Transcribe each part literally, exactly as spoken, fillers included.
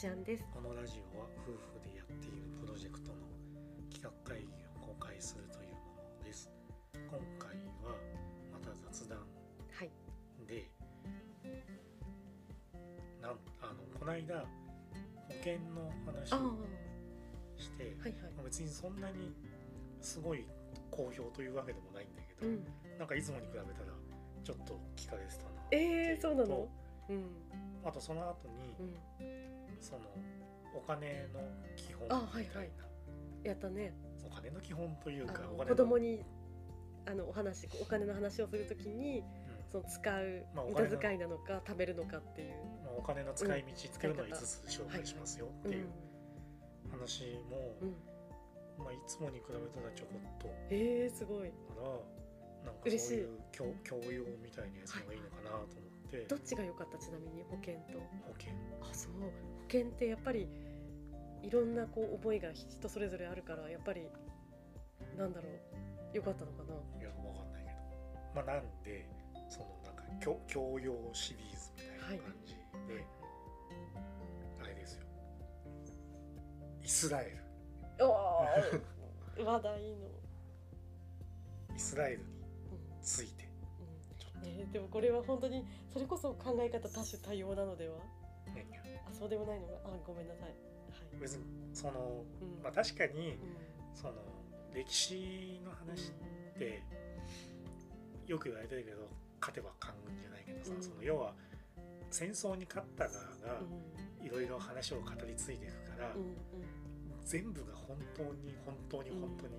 ちゃんです。 このラジオは夫婦でやっているプロジェクトの企画会議を公開するというものです。今回はまた雑談はい。 で、なんあのこの間保険の話ああ、 をして、 はいはい。 別にそんなにすごい好評というわけでもないんだけど、 うん。 なんかいつもに比べたらちょっと聞かれてたなえー、そうなの？ と、 うん。 あとその後に、 うん。 そのお金の基本みあ、 たいな、 はいはい。やったね。 お金の基本というか、 あのお金の子供にあのお話、お金の話をするときに、 うんその使うまあお無金の駄遣いなのか食べるのかっていう。 まあお金の使い道っていうのをいつつ紹介しますよっていう話も、 うん。うん。 まあ、いつもに比べたらちょこっとえー、すごい。 からなんかそういう教教養みたいなやつの方がいいのかなと思って、 どっちが良かった？ちなみに保険と。 保険あ、そう。保険ってやっぱりいろんなこう思いが人それぞれあるから、やっぱりなんだろう、良かったのかな。 いやわかんないけど、まあなんでそのなんか 教, 教養シリーズみたいな感じで、 はい、 あれですよ、イスラエルああ、話題の。 イスラエルについてちょっと、 えー、でもこれは本当にそれこそ考え方多種多様なのでは。 ね、 あ、そうでもないのが、あ、ごめんなさい。はい。 別にその、 うん、 まあ確かに、 うん、 その歴史の話ってよく言われてるけど、勝てば官軍じゃないけどさ、 うん、 その要は戦争に勝った側がうん、 いろいろ話を語り継いでいくから、 うん、うん、 全部が本当に本当に本当に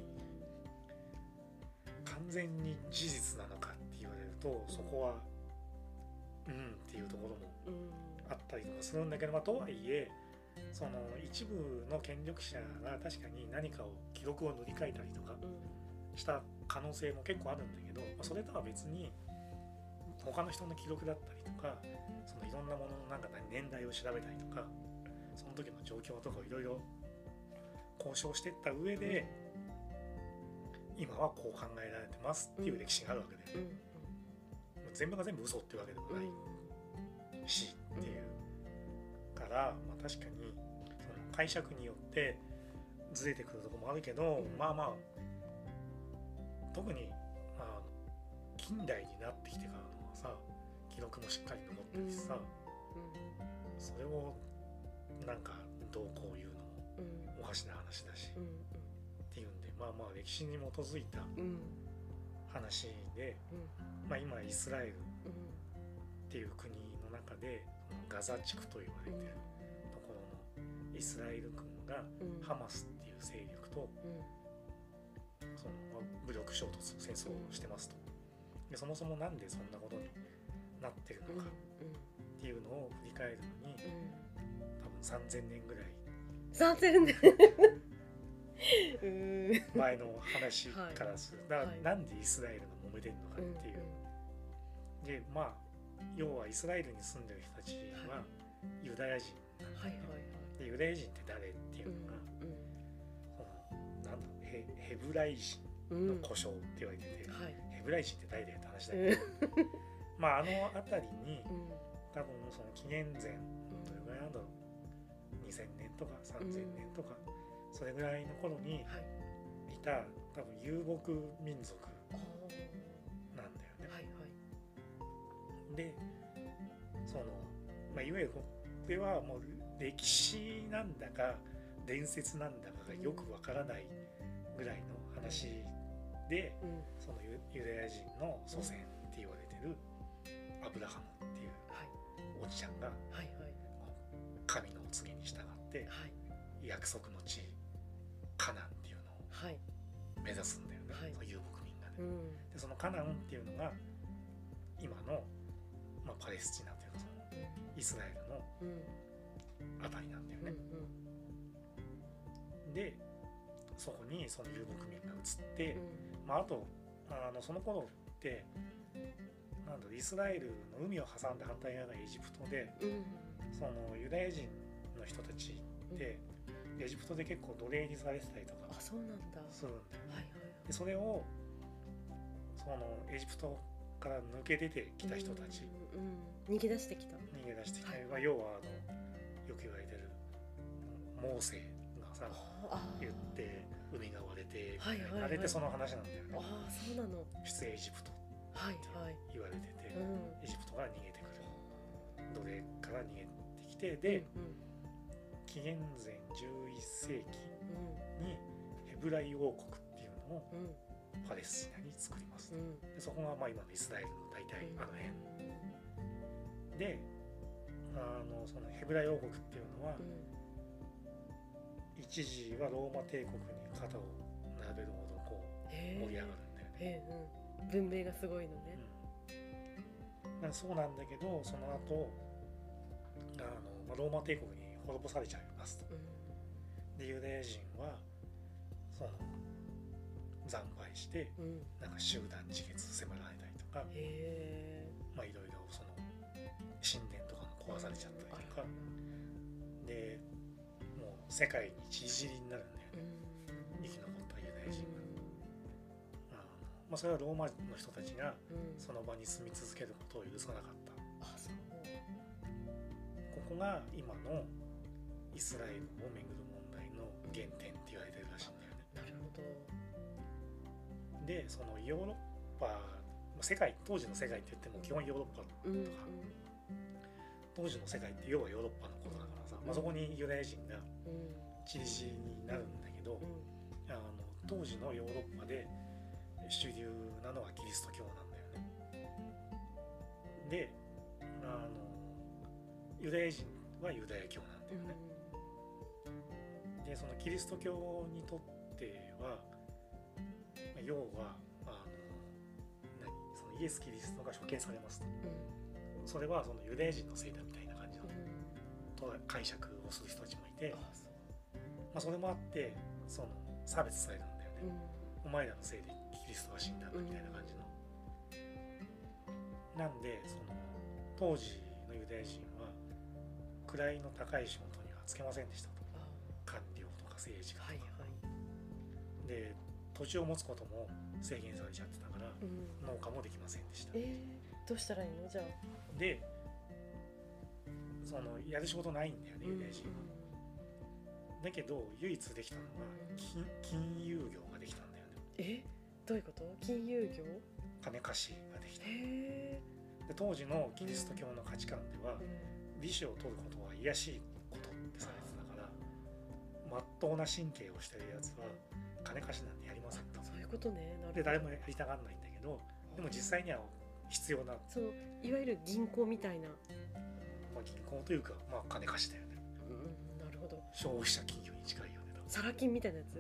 完全に事実なのかって言われると、そこはうんっていうところもあったりとかするんだけど、まあ、とはいえその一部の権力者が確かに何かを記録を塗り替えたりとかした可能性も結構あるんだけど、まあ、それとは別に他の人の記録だったりとか、そのいろんなもののなんか年代を調べたりとか、その時の状況とかをいろいろ交渉していった上で、今はこう考えられてますっていう歴史があるわけで、うんうん、全部が全部嘘っていうわけでもないしっていうから、まあ、確かにその解釈によってずれてくるところもあるけど、うん、まあまあ特にあの近代になってきてからのはさ、記録もしっかり残ってるしさ、うん、それをなんかどうこう言うのもおかしな話だし、うんうん、っていうんで、まあまあ歴史に基づいた話で、うん、まあ今イスラエルっていう国の中でガザ地区と言われてるところのイスラエル軍がハマスっていう勢力とその武力衝突戦争をしてますと。でそもそもなんでそんなことになってるのかっていうのを振り返るのに多分さんぜんねんぐらいさんぜんねん前の話からする、はい、だからなんでイスラエルが揉めてるのかっていう、はい、でまあ要はイスラエルに住んでる人たちはユダヤ人なんで、はいはいはい、でユダヤ人って誰っていうのが、うんうん、そのなんだろう ヘ, ヘブライ人の呼称って言われてて、うんはい、ヘブライ人って誰だよって話だけど、うん、まああの辺りに、うん、多分その紀元前どれぐらいなんだろうにせんねんとかさんぜんねんとか、うん、それぐらいの頃にいた多分遊牧民族なんだよね。はいはい、でその、まあ、いわゆるこれはもう歴史なんだか伝説なんだかがよくわからないぐらいの話で、うん、その ユ, ユダヤ人の祖先って言われてるアブラハムっていうおじちゃんが神のお告げに従って約束の地カナンっていうのを目指すんだよね、はい、その遊牧民がね、うん、でそのカナンっていうのが今の、まあ、パレスチナというかそのイスラエルのあたりなんだよね、うんうん、でそこにその遊牧民が移って、うんまあ、あとあのその頃ってなんだろうイスラエルの海を挟んで反対側がエジプトで、うん、そのユダヤ人の人たちって、うん、エジプトで結構奴隷にされてたりとかするんだよ、はいはい、でそれをそのエジプトから抜け出てきた人たち、 うんうん、逃げ出してきた逃げ出してきた、はい、要はあのよく言われてるモーセがさ言って海が割れて、 はいはいはい、 あれってその話なんだよね。 ああそうなの。 出エジプトって言われてて、 はいはい、うん、 エジプトから逃げてくる奴隷から逃げてきて、で、うんうん、紀元前じゅういっせいきにヘブライ王国っていうのをパレスチナに作ります、うん、でそこがまあ今のイスラエルの大体あの辺、うん、であのそのヘブライ王国っていうのは、うん、一時はローマ帝国に肩を並べるほどこう盛り上がるんだよね、 うん、文明がすごいのね、 うん、なんそうなんだけどその後あの、まあ、ローマ帝国に滅ぼされちゃいますと、うん、でユダヤ人はその惨敗して、うん、なんか集団自決迫られたりとか、へまあいろいろその神殿とかも壊されちゃったりとか、うん、でもう世界に散り散りになるんだよね、うん、生き残ったユダヤ人が、うんまあ、それはローマの人たちがその場に住み続けることを許さなかった、うん、あそうここが今のイスラエルをめぐる問題の原点って言われてるらしいんだよね。 なるほど。 でそのヨーロッパ世界当時の世界って言っても基本ヨーロッパとか、うんうん、当時の世界って要はヨーロッパのことだからさ、うんまあ、そこにユダヤ人が散り散りになるんだけど、うん、あの当時のヨーロッパで主流なのはキリスト教なんだよね。であのユダヤ人はユダヤ教なんだよね、うん、でそのキリスト教にとっては要はあの何そのイエス・キリストが処刑されますと、うん、それはそのユダヤ人のせいだみたいな感じの、うん、解釈をする人たちもいて、ああそうまあ、それもあってその差別されるんだよね、うん、お前らのせいでキリストが死んだんだみたいな感じの、うん、なんでその当時のユダヤ人は位の高い仕事にはつけませんでしたと、官僚とか政治家とか、はいはい、で土地を持つことも制限されちゃってたから、うん、農家もできませんでした、 えー、どうしたらいいのじゃあでそのやる仕事ないんだよねユダヤ人は、うん、だけど唯一できたのが 金, 金融業ができたんだよね。 えどういうこと？金融業？ 金貸しができた。へで当時のキリスト教の価値観では、うん、利子を取ることは卑しいことってされてたからまっとうな神経をしてるやつは金貸しなんてやりませんと。 そういうことね。なるほど。 で誰もやりたがらないんだけどでも実際には必要なそのいわゆる銀行みたいな、 まあ、銀行というか、まあ、金貸しだよね、 うん、なるほど。 消費者金融に近いよね。 サラ金みたいなやつ、うん、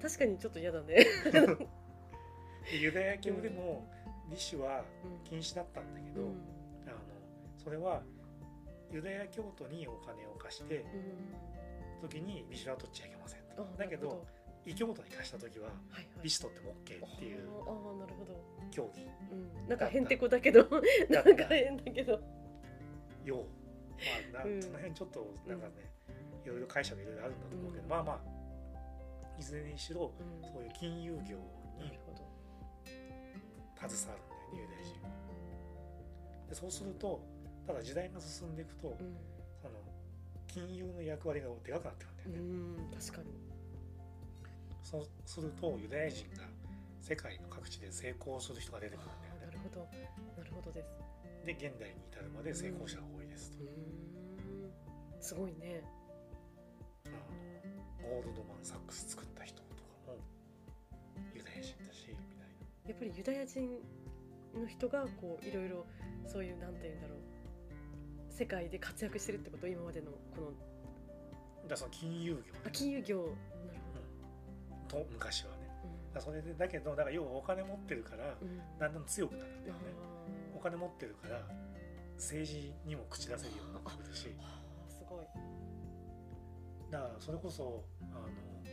確かにちょっと嫌だねでユダヤ教でも利子は禁止だったんだけど、うん、あのそれはユダヤ教徒にお金を貸して、うん、時に利子は取っちゃいけませんと。だけど異教徒に貸した時は利子取っても OK っていう競技、 うん、なんかへんてこだけどなんか変だけどよう、まあ、なその辺ちょっとなんかね、うん、いろいろ解釈いろいろあるんだと思うけど、うん、まあまあいずれにしろ、うん、そういう金融業に携わるんだよねユダヤ人は。でそうするとただ時代が進んでいくと、うん、その金融の役割がでかくなってくるんだよね。 うん確かに。 そうするとユダヤ人が世界の各地で成功する人が出てくるんだよね。 なるほどなるほどです。 で現代に至るまで成功者が多いですと。 うんすごいね。 あのゴールドマン・サックス作った人とかもユダヤ人だしみたいな。 やっぱりユダヤ人の人がこういろいろそういうなんていうんだろう世界で活躍してるってこと今までのこのだその金融業、ね、 あ金融業と昔はね、うん、だそれでだけどだから要はお金持ってるから、うん、だんだん強くなるんだよね。お金持ってるから政治にも口出せるようになってくるし、 すごい。 だからそれこそあの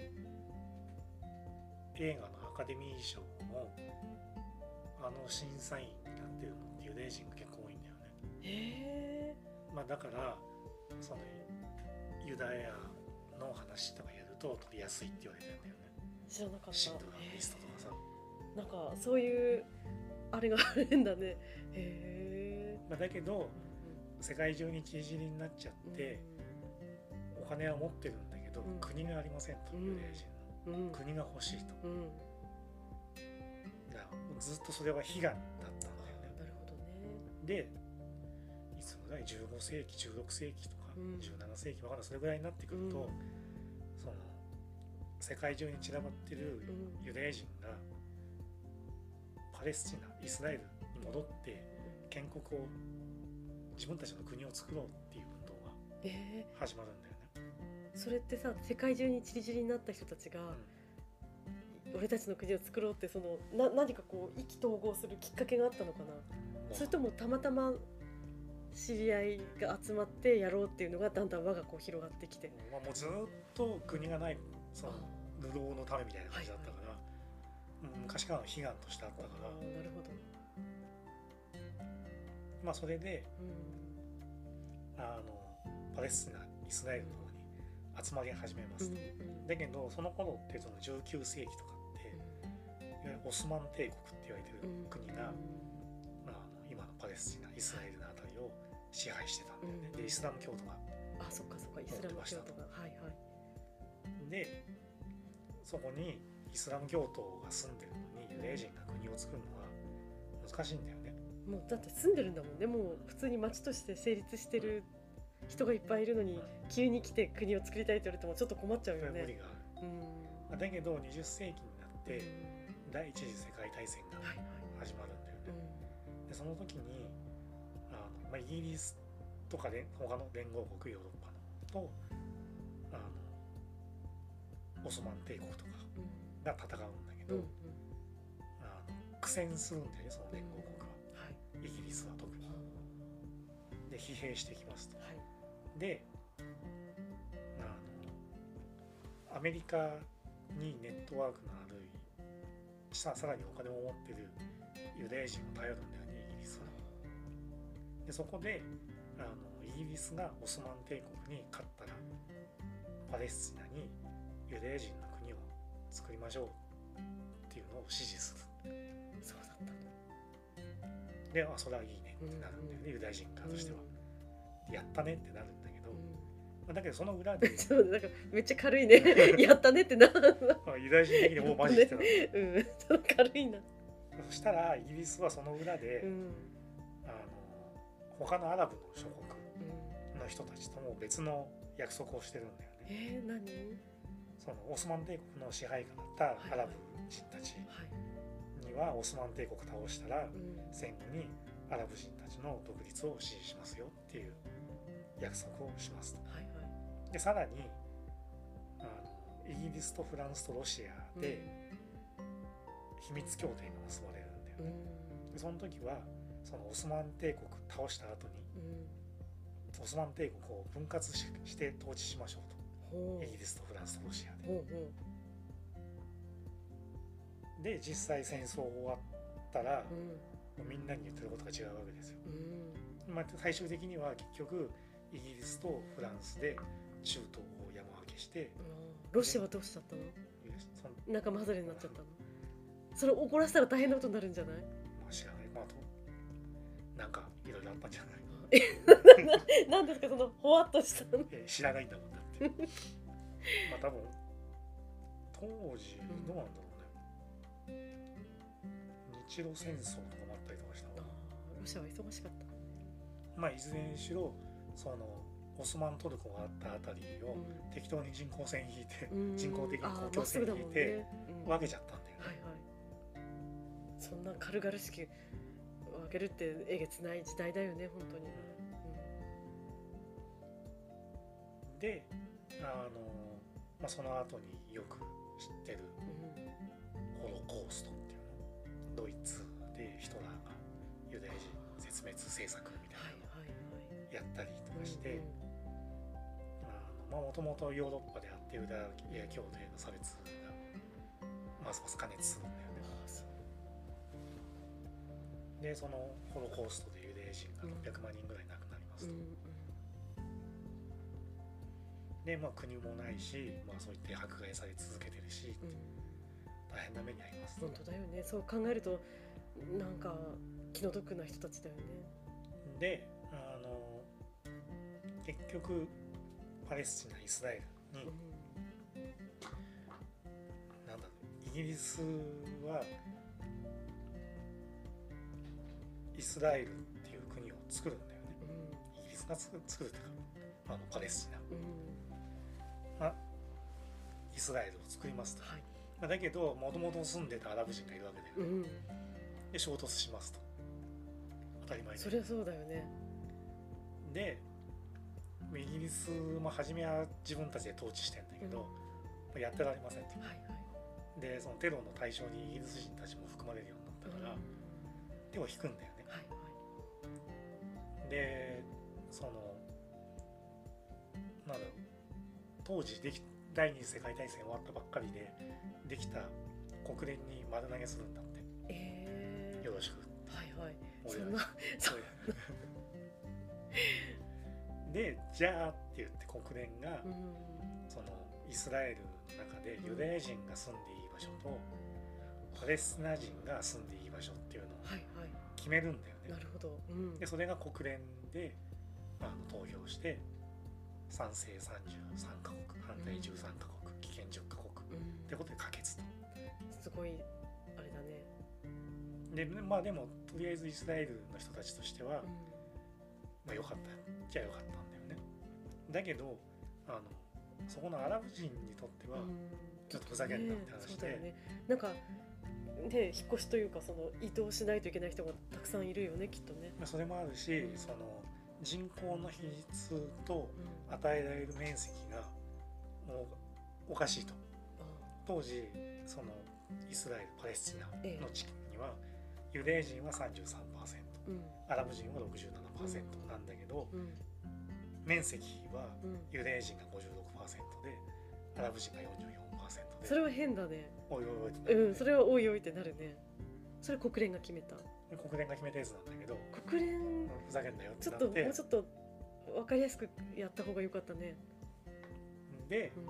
映画のアカデミー賞もあの審査員になってるのってユダヤ人が結構多いんだよね。へー、まあ、だからそのユダヤの話とかやると取りやすいって言われてるんだよね。 知らなかった。 シンドラーリストとかさ、 なんかそういうあれがあるんだね。へー、 まあ、だけど、うん、世界中に散り散りになっちゃって、うん、おお金は持ってるんだけど、うん、国がありませんと、ユダヤ人の、うん、国が欲しいと、うん、だからずっとそれは悲願だったんだよね。 なるほどね。 でいつぐらいじゅうごせいきじゅうろくせいきとか、うん、じゅうななせいきわかんないそれぐらいになってくると、うん、その世界中に散らばってるユダヤ人がパレスチナイスラエルに戻って建国を自分たちの国を作ろうっていう運動が始まるんだよね、 えー、それってさ世界中に散り散りになった人たちが、うん、俺たちの国を作ろうってそのな何かこう意気投合するきっかけがあったのかな、うん、それともたまたま知り合いが集まってやろうっていうのがだんだん輪がこう広がってきて、 まあ、もうずっと国がないその流浪のためみたいな感じだったから、はいはい、昔からの悲願としてあったから、 なるほど。 まあそれで、うん、あのパレスチナイスラエルの方に集まり始めますと、うん、だけどその頃ってそのじゅうきゅうせいきとかって、うん、いわゆるオスマン帝国って言われてる国が、うんまあ、今のパレスチナイスラエルのあたりを支配してたんだよね、うん、でイスラム教徒があそっかそっかイスラム教徒がはいはいでそこにイスラム教徒が住んでるのにユダヤ人が国を作るのは難しいんだよね。 もうだって住んでるんだもんね。もう普通に町として成立してる人がいっぱいいるのに、うん、急に来て国を作りたいって言われてもちょっと困っちゃうよね。 無理がある、うん、だけどにじゅっせいきになって、うん、第一次世界大戦が始まるんだよね、はいはい、でその時にあの、まあ、イギリスとかで他の連合国ヨーロッパのとあのオスマン帝国とかが戦うんだけど、うんうん、あの苦戦するんだよねその連合国は、うんはい、イギリスは特にで疲弊してきますと、はい、であのアメリカにネットワークのあるさらにお金を持ってるユダヤ人を頼るんだよねイギリスは。でそこであのイギリスがオスマン帝国に勝ったらパレスチナにユダヤ人の国を作りましょうっていうのを支持する。 そうだったの。 で、あ、それはいいねってなるんだよね、うんうん、ユダヤ人側としては、うん、やったねってなるんだけど、うんまあ、だけどその裏でちょっとなんかめっちゃ軽いねやったねってなるユダヤ人的にもうマジってなる、 うん、ちょっと軽いな。 そしたらイギリスはその裏で、うん、あの他のアラブの諸国の人たちとも別の約束をしてるんだよね。 えー、何？ そのオスマン帝国の支配下だったアラブ人たちにはオスマン帝国倒したら戦後にアラブ人たちの独立を支持しますよっていう約束をしますと、はいはい、でさらにあのイギリスとフランスとロシアで秘密協定が結ばれるんだよね、うん、でその時はそのオスマン帝国倒した後に、うん、オスマン帝国を分割 し, して統治しましょうとイギリスとフランスとロシアで、ほうほうで実際戦争終わったら、うん、みんなに言ってることが違うわけですよ、うんまあ、最終的には結局イギリスとフランスで中東を山分けして、 うん、ロシアはどうしちゃったの？仲間外れになっちゃったの？それ怒らせたら大変なことになるんじゃない？ まあ、知らない、まあ、となんかいろいろあったんじゃないなんですかそのほわっとしたの、 えー、知らないんだもんだってまあ多分当時どうなんだろうね、うん、日露戦争とかもあったりとかしたの。 ロシアは忙しかった。 まあいずれにしろそのオスマントルコがあったあたりを適当に人工線引いて、うん、人工的に公共線引いて分けちゃったんだよね、 うんはいはい、そんな軽々しく分けるってえげつない時代だよね本当に、 うん、であの、まあ、その後によく知ってるホロコーストっていうのドイツでヒトラーがユダヤ人絶滅政策みたいなのをやったりとかして、もともとヨーロッパであってユダヤ教徒への差別がますます加熱するんだよね。でそのホロコーストでユダヤ人がろっぴゃくまんにんぐらい亡くなりますと、うんうん、でまあ国もないし、まあ、そういって迫害され続けてるし、うん、大変な目に遭います。 本当だよね。そう考えるとなんか気の毒な人たちだよね。 であの結局パレスチナイスラエルに、うん、なんだろう、イギリスはイスラエルっていう国を作るんだよね、うん、イギリスが作る作るっていうかあのパレスチナ、うんまあ、イスラエルを作りますと、はいまあ、だけどもともと住んでたアラブ人がいるわけだよね、うん、で衝突しますと、当たり前で、 そりゃそうだよね。 でイギリスも初めは自分たちで統治してんだけど、うん、やってられませんって、はいはい、でそのテロの対象にイギリス人たちも含まれるようになったから、うん、手を引くんだよね、はいはい、でそのなんだろう、当時でき第二次世界大戦終わったばっかりでできた国連に丸投げするんだって、えー、よろしく、はいはい、そんなそうでじゃあって言って国連が、うん、そのイスラエルの中でユダヤ人が住んでいい場所と、うん、パレスチナ人が住んでいい場所っていうのを決めるんだよね、 はいはい、なるほど、うん、でそれが国連であの投票して賛成さんじゅうさんカ国反対じゅうさんカ国、うん、棄権じゅっカ国、うん、ってことで可決と。 すごいあれだね。 でまあでもとりあえずイスラエルの人たちとしては、うん、まあ良かったじゃあ良かったんだよね。だけどあのそこのアラブ人にとってはちょっとふざけんなって話で、 ねね、なんかね引っ越しというかその移動しないといけない人がたくさんいるよねきっとね。 それもあるし、うん、その人口の比率と与えられる面積がもうおかしいと、うん、当時そのイスラエルパレスチナの地域には、ええ、ユダヤ人は さんじゅうさんパーセント、うん、アラブ人は ろくじゅうななパーセント なんだけど、うん、面積はユダヤ人が ごじゅうろくパーセント でアラブ人が よんじゅうよんパーセント で、 それは変だね。 おいおいおいってなるね、 うん、それはおいおいってなるね。それ国連が決めた。 国連が決めたやつなんだけど、 国連ふざけんなよってちょっともうちょっと分かりやすくやった方が良かったね。 で、うん、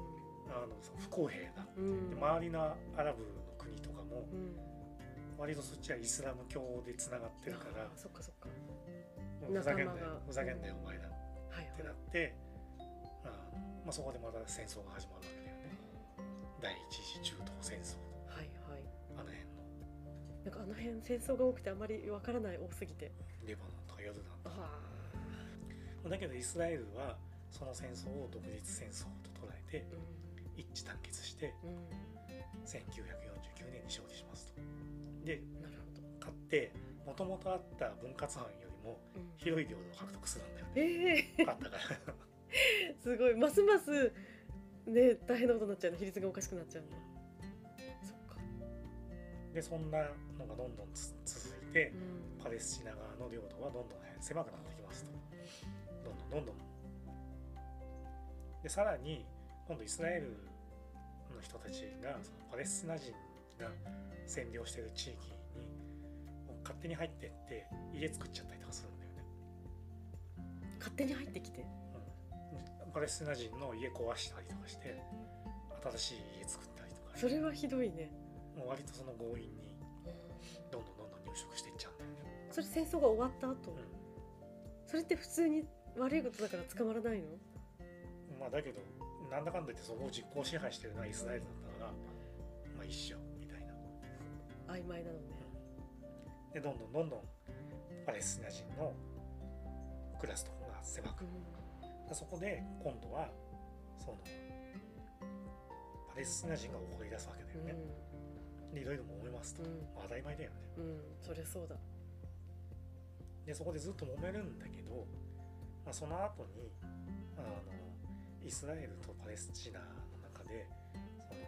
あの不公平だ、うん、で周りのアラブの国とかも、うん、割とそっちはイスラム教でつながってるから、 そっかそっか、 ふざけんなよふざけんなよお前だってなって、はいはい、あまあ、そこでまた戦争が始まるわけだよね。第一次中東戦争、はいはい、あの辺のなんかあの辺戦争が多くてあまりわからない多すぎて、 レバノンとかヨルダンとか、だけどイスラエルはその戦争を独立戦争と捉えて一致団結して、うん、せんきゅうひゃくよんじゅうきゅうねんに勝利しますと。で、なるほど、勝ってもともとあった分割班よりも広い領土を獲得するんだよね、うん、勝ったからすごい、ますますね大変なことになっちゃうの、比率がおかしくなっちゃうの。そっか。 でそんなのがどんどん続いて、うん、パレスチナ側の領土はどんどん狭くなってきますと。どんどんどんどんでさらに今度イスラエルの人たちがそのパレスチナ人が占領している地域に勝手に入ってって家作っちゃったりとかするんだよね。 勝手に入ってきて、 うん、パレスチナ人の家壊したりとかして新しい家作ったりとか、 それはひどいね。 もう割とその強引にどんどんどんどん入植していっちゃうんだよね。 それ戦争が終わった後、うん、それって普通に悪いことだから捕まらないの？ まあだけどなんだかんだ言ってそこを実効支配してるのはイスラエルだったから、まあ一緒みたいな。 曖昧なのね。 うん、でどんどんどんどんパレスチナ人の暮らすところが狭く、うん、そこで今度はそのパレスチナ人が怒り出すわけだよね。うん、でいろいろ揉めますと、うん、まあ、当たり前だよね。 うん、そりゃそうだ。 でそこでずっと揉めるんだけど、まあ、その後にあのイスラエルとパレスチナの中でその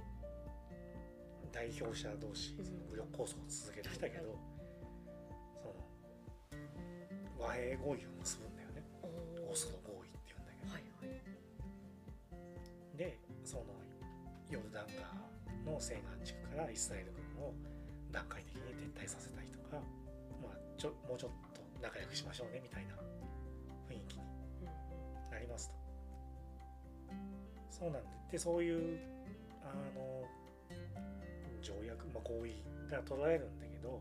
代表者同士その武力抗争を続けてきたけど、うん、その和平合意を結ぶんだよね。オスロ合意っていうんだけど、はいはい、でそのヨルダン川の西岸地区からイスラエル軍を段階的に撤退させたりとか、まあ、ちょもうちょっと仲良くしましょうねみたいな雰囲気になりますと。そうなんで、でそういうあの条約、まあ、合意が取られるんだけど、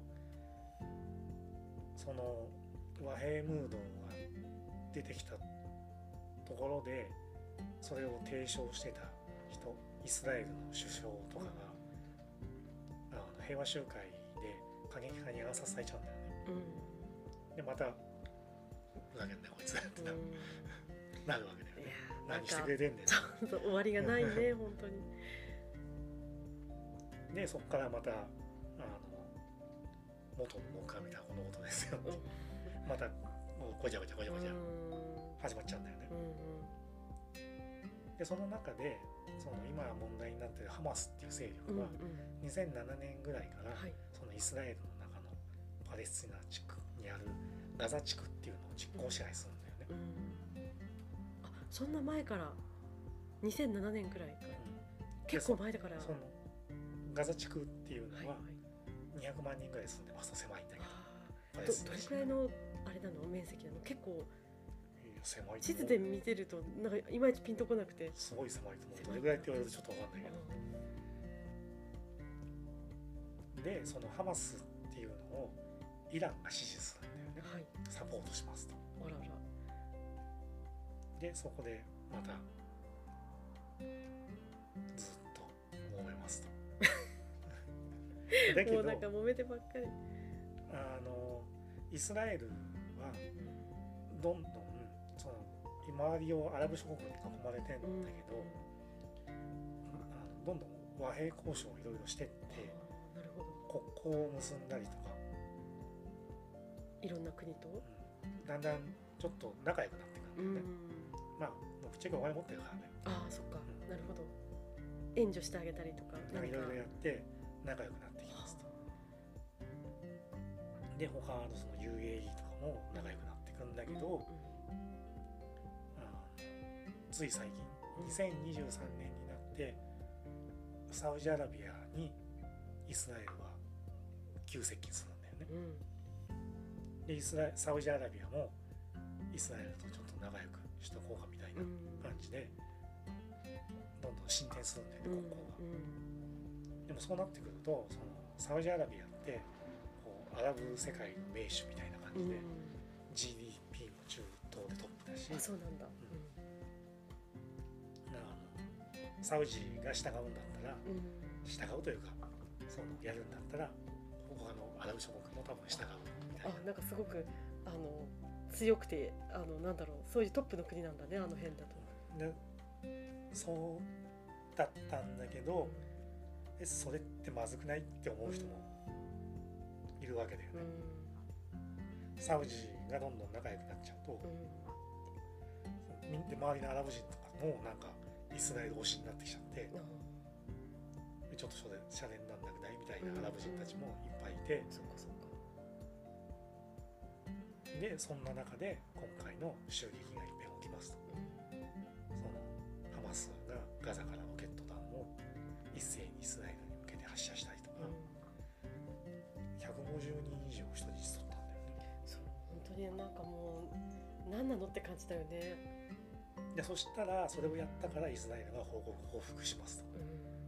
その和平ムードが出てきたところでそれを提唱してた人、イスラエルの首相とかが、うん、あの平和集会で過激派に暗殺されちゃうんだよね、うん、でまたふざけんなよこいつってな、うん、なるわけだよね。何してくれてんねんちょっと終わりがないね本当に。 でそこからまたあの元の木阿弥陀このことですよって、うん、またもうごちゃごちゃごちゃごちゃ始まっちゃうんだよね、うんうん、でその中でその今問題になっているハマスっていう勢力は、うんうん、にせんななねんぐらいから、はい、そのイスラエルの中のパレスチナ地区にあるガザ地区っていうのを実効支配するんだよね、うんうん、 あそんな前からにせんななねんくらいから、うん、結構前だから。 そのガザ地区っていうのはにひゃくまんにんぐらい住んでますと狭いんだけど、 ど, どれくらいのあれなの面積なの？結構狭い。 地図で見てるとなんかいまいちピンとこなくて。 すごい狭いと思う。どれぐらいって言われるとちょっと分かんないけど、でそのハマスっていうのをイランが支持するんだよね、はい、サポートしますと。 あらら。 でそこでまたずっと揉めますとだけどもうなんか揉めてばっかり。 あのイスラエルはどんどんその周りをアラブ諸国に囲まれてんだけど、うん、あのどんどん和平交渉をいろいろしてって、 なるほど国交を結んだりとかいろんな国と、 うん、だんだんちょっと仲良くなってくるんだよね、うん、まあぶっちゃけお金持ってるからね。 ああそっか、うん、なるほど。援助してあげたりとかいろいろやって仲良くなってきますと。で他のその ユーエーイー とかも仲良くなってくんだけど、うんうん、あつい最近にせんにじゅうさんねんになってサウジアラビアにイスラエルは急接近するんだよね、うん、でイスラサウジアラビアもイスラエルとちょっと仲良くしとこうかみたいな感じで、どんどん進展するんだよね、国交が、うんうん、でもそうなってくるとそのサウジアラビアってこうアラブ世界の盟主みたいな感じで、うん、ジーディーピー も中東でトップだし。 あ、そうなんだ、 うん、あのサウジが従うんだったら、うん、従うというかそのやるんだったら他のアラブ諸国も多分従うみたいな。 あ、なんかすごくあの強くてあのなんだろう、そういうトップの国なんだね、あの辺だと。 でそうだったんだけど、えそれってまずくないって思う人もいるわけだよね、うん、サウジがどんどん仲良くなっちゃうと、うん、で周りのアラブ人とかもなんかイスラエル推しになってきちゃって、うん、ちょっとシャレになんなくないみたいなアラブ人たちもいっぱいいて、うんうん、 そっかそっか。 でそんな中で今回の襲撃が一遍起きますと、うん、そのハマスがガザからロケット弾を一斉にイスラエルに向けて発射したりとか、うん、ひゃくごじゅうにん以上人質取ったんだよね。 そう本当になんかもう何なのって感じだよね。 でそしたらそれをやったからイスラエルが報告報復しますと、うん、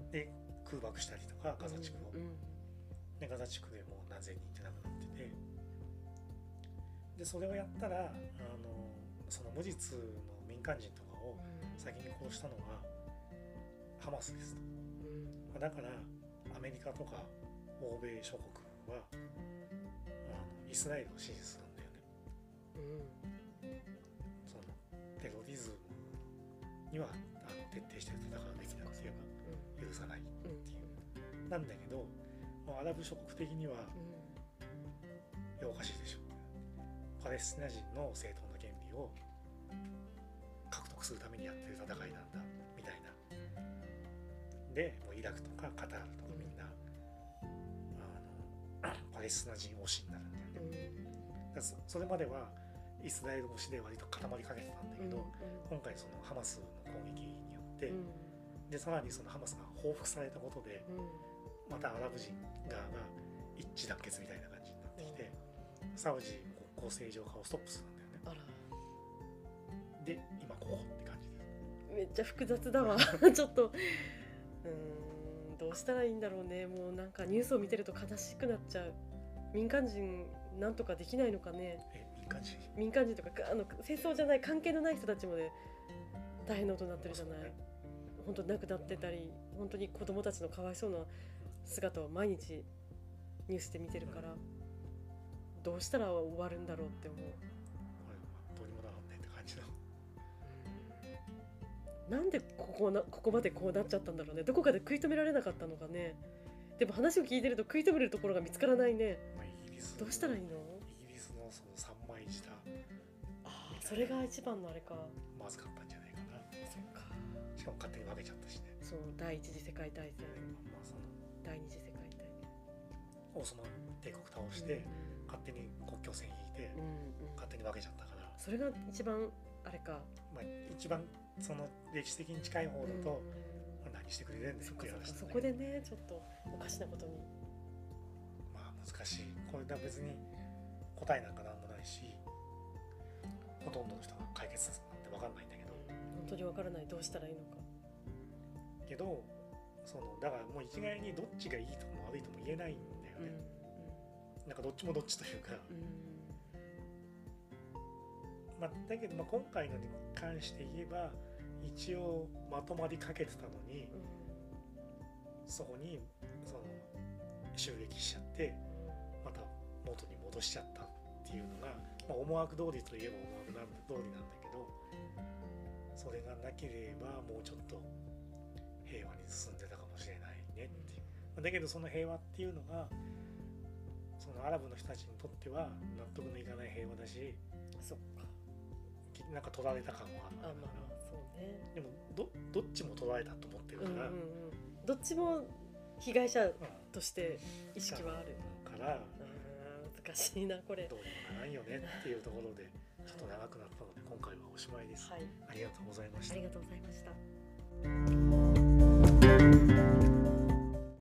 で空爆したりとかガザ地区を、うんうん、でガザ地区でもう何千人って亡くなってて、でそれをやったらあのその無実の民間人とかを先に殺したのがハマスですと、うん、だからアメリカとか欧米諸国はあのイスラエルを支持するんだよね、うん、そのテロリズムにはあの徹底して戦うべきだっていうか許さないっていう、うん、なんだけどアラブ諸国的には、うん、いやおかしいでしょ、パレスチナ人の正当な権利を獲得するためにやってる戦いなんだみたいな。でもうイラクとかカタールとかみんな、うん、あのパレスチナ人推しになるんだよね、うん、だそ, それまではイスラエル推しで割と固まりかけてたんだけど、うん、今回そのハマスの攻撃によって、うん、でさらにそのハマスが報復されたことで、うん、またアラブ人側が一致団結みたいな感じになってきて、うん、サウジ国交正常化をストップするんだよね。あら。で今ここって感じです。 めっちゃ複雑だわちょっとうーんどうしたらいいんだろうね。もうなんかニュースを見てると悲しくなっちゃう。民間人なんとかできないのかね。 え民間人民間人とかあの戦争じゃない関係のない人たちもで大変なことになってるじゃない、ね、本当に亡くなってたり本当に子供たちのかわいそうな姿を毎日ニュースで見てるから、うん、どうしたら終わるんだろうって思う。これどうにもならんねって感じの、 なんでここなここまでこうなっちゃったんだろうね。どこかで食い止められなかったのかね。でも話を聞いてると食い止めるところが見つからないね、まあ、イギリスどうしたらいいの。 イギリスのその三枚舌、 あそれが一番のあれか、 まずかったんじゃないかな。 そっか。 しかも勝手に分けちゃったしね。 そう第一次世界大戦、まあ、その第二次世界大戦オースマン帝国倒して、うん、勝手に国境線引いて、うんうん、勝手に分けちゃったから、 それが一番あれか、 まあ、一番その歴史的に近い方だと、うん、何してくれるんだよっていう話だね。 そこでねちょっとおかしなことに、 まあ難しい。これは別に答えなんかなんもないし、ほとんどの人が解決なんて分かんないんだけど、 本当に分からない、どうしたらいいのか。 けどそのだからもう一概にどっちがいいとも悪いとも言えないんだよね、うんうん、なんかどっちもどっちというか、うんまあ、だけどまあ今回のに関して言えば一応まとまりかけてたのに、うん、そこにその襲撃しちゃってまた元に戻しちゃったっていうのが、まあ、思惑通りといえば思惑なん通りなんだけど、それがなければもうちょっと平和に進んでたかもしれないねっていう、だけどその平和っていうのがそのアラブの人たちにとっては納得のいかない平和だし、 そっか、 なんか取られた感もあるから、あ、まあ、そうね、でも ど, どっちも取られたと思ってるから、うんうんうん、 どっちも被害者として意識はある、 うん、から、うん、 難しいなこれ。 どうにもならんよねっていうところでちょっと長くなったので今回はおしまいです、はい、ありがとうございました。 ありがとうございました。